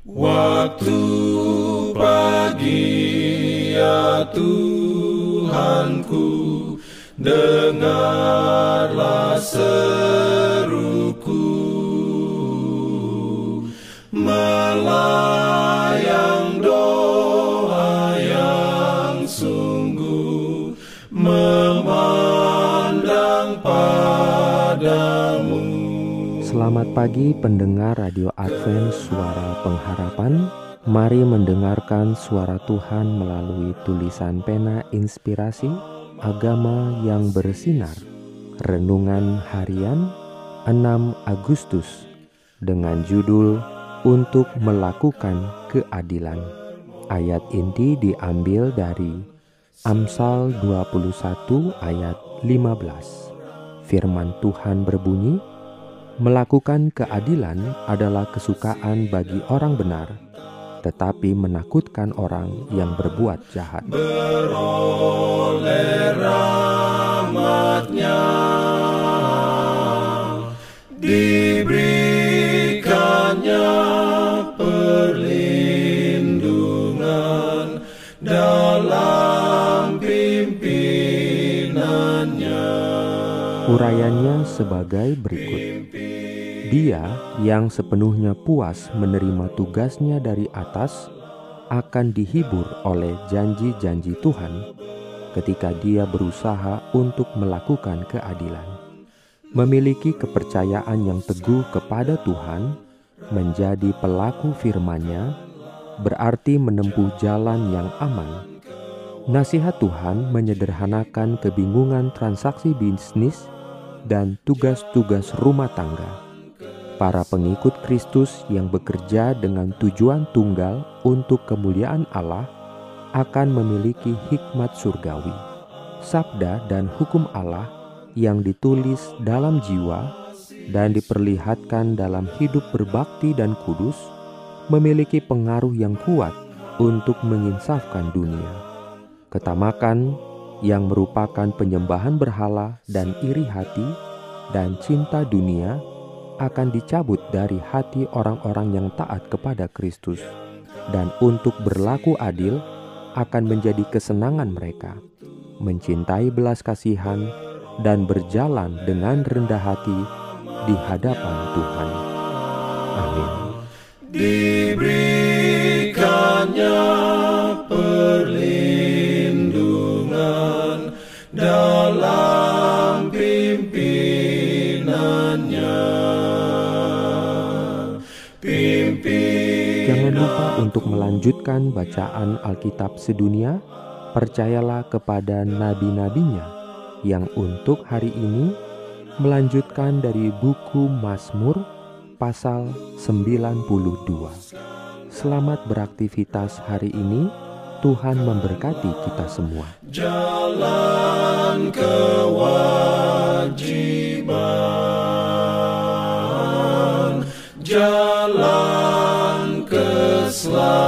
Waktu pagi ya Tuhanku, dengarlah seruku, melayang doa yang sungguh, memandang padamu. Selamat pagi pendengar Radio Advent Suara Pengharapan. Mari mendengarkan suara Tuhan melalui tulisan pena inspirasi agama yang bersinar. Renungan harian 6 Agustus dengan judul Untuk Melakukan Keadilan. Ayat inti diambil dari Amsal 21 ayat 15. Firman Tuhan berbunyi, melakukan keadilan adalah kesukaan bagi orang benar, tetapi menakutkan orang yang berbuat jahat. Beroleh rahmat-Nya, diberikannya perlindungan dalam pimpinannya. Urayanya sebagai berikut. Dia yang sepenuhnya puas menerima tugasnya dari atas akan dihibur oleh janji-janji Tuhan ketika dia berusaha untuk melakukan keadilan. Memiliki kepercayaan yang teguh kepada Tuhan, menjadi pelaku firman-Nya, berarti menempuh jalan yang aman. Nasihat Tuhan menyederhanakan kebingungan transaksi bisnis dan tugas-tugas rumah tangga. Para pengikut Kristus yang bekerja dengan tujuan tunggal untuk kemuliaan Allah akan memiliki hikmat surgawi. Sabda dan hukum Allah yang ditulis dalam jiwa dan diperlihatkan dalam hidup berbakti dan kudus memiliki pengaruh yang kuat untuk menginsafkan dunia. Ketamakan yang merupakan penyembahan berhala dan iri hati dan cinta dunia akan dicabut dari hati orang-orang yang taat kepada Kristus, dan untuk berlaku adil akan menjadi kesenangan mereka, mencintai belas kasihan dan berjalan dengan rendah hati di hadapan Tuhan. Amin. Diberikannya perlindungan dalam pimpinannya. Jangan lupa untuk melanjutkan bacaan Alkitab sedunia. Percayalah kepada nabi-nabinya yang untuk hari ini melanjutkan dari buku Mazmur pasal 92. Selamat beraktivitas hari ini. Tuhan memberkati kita semua. Jalan kewajiban, jalan keselamatan.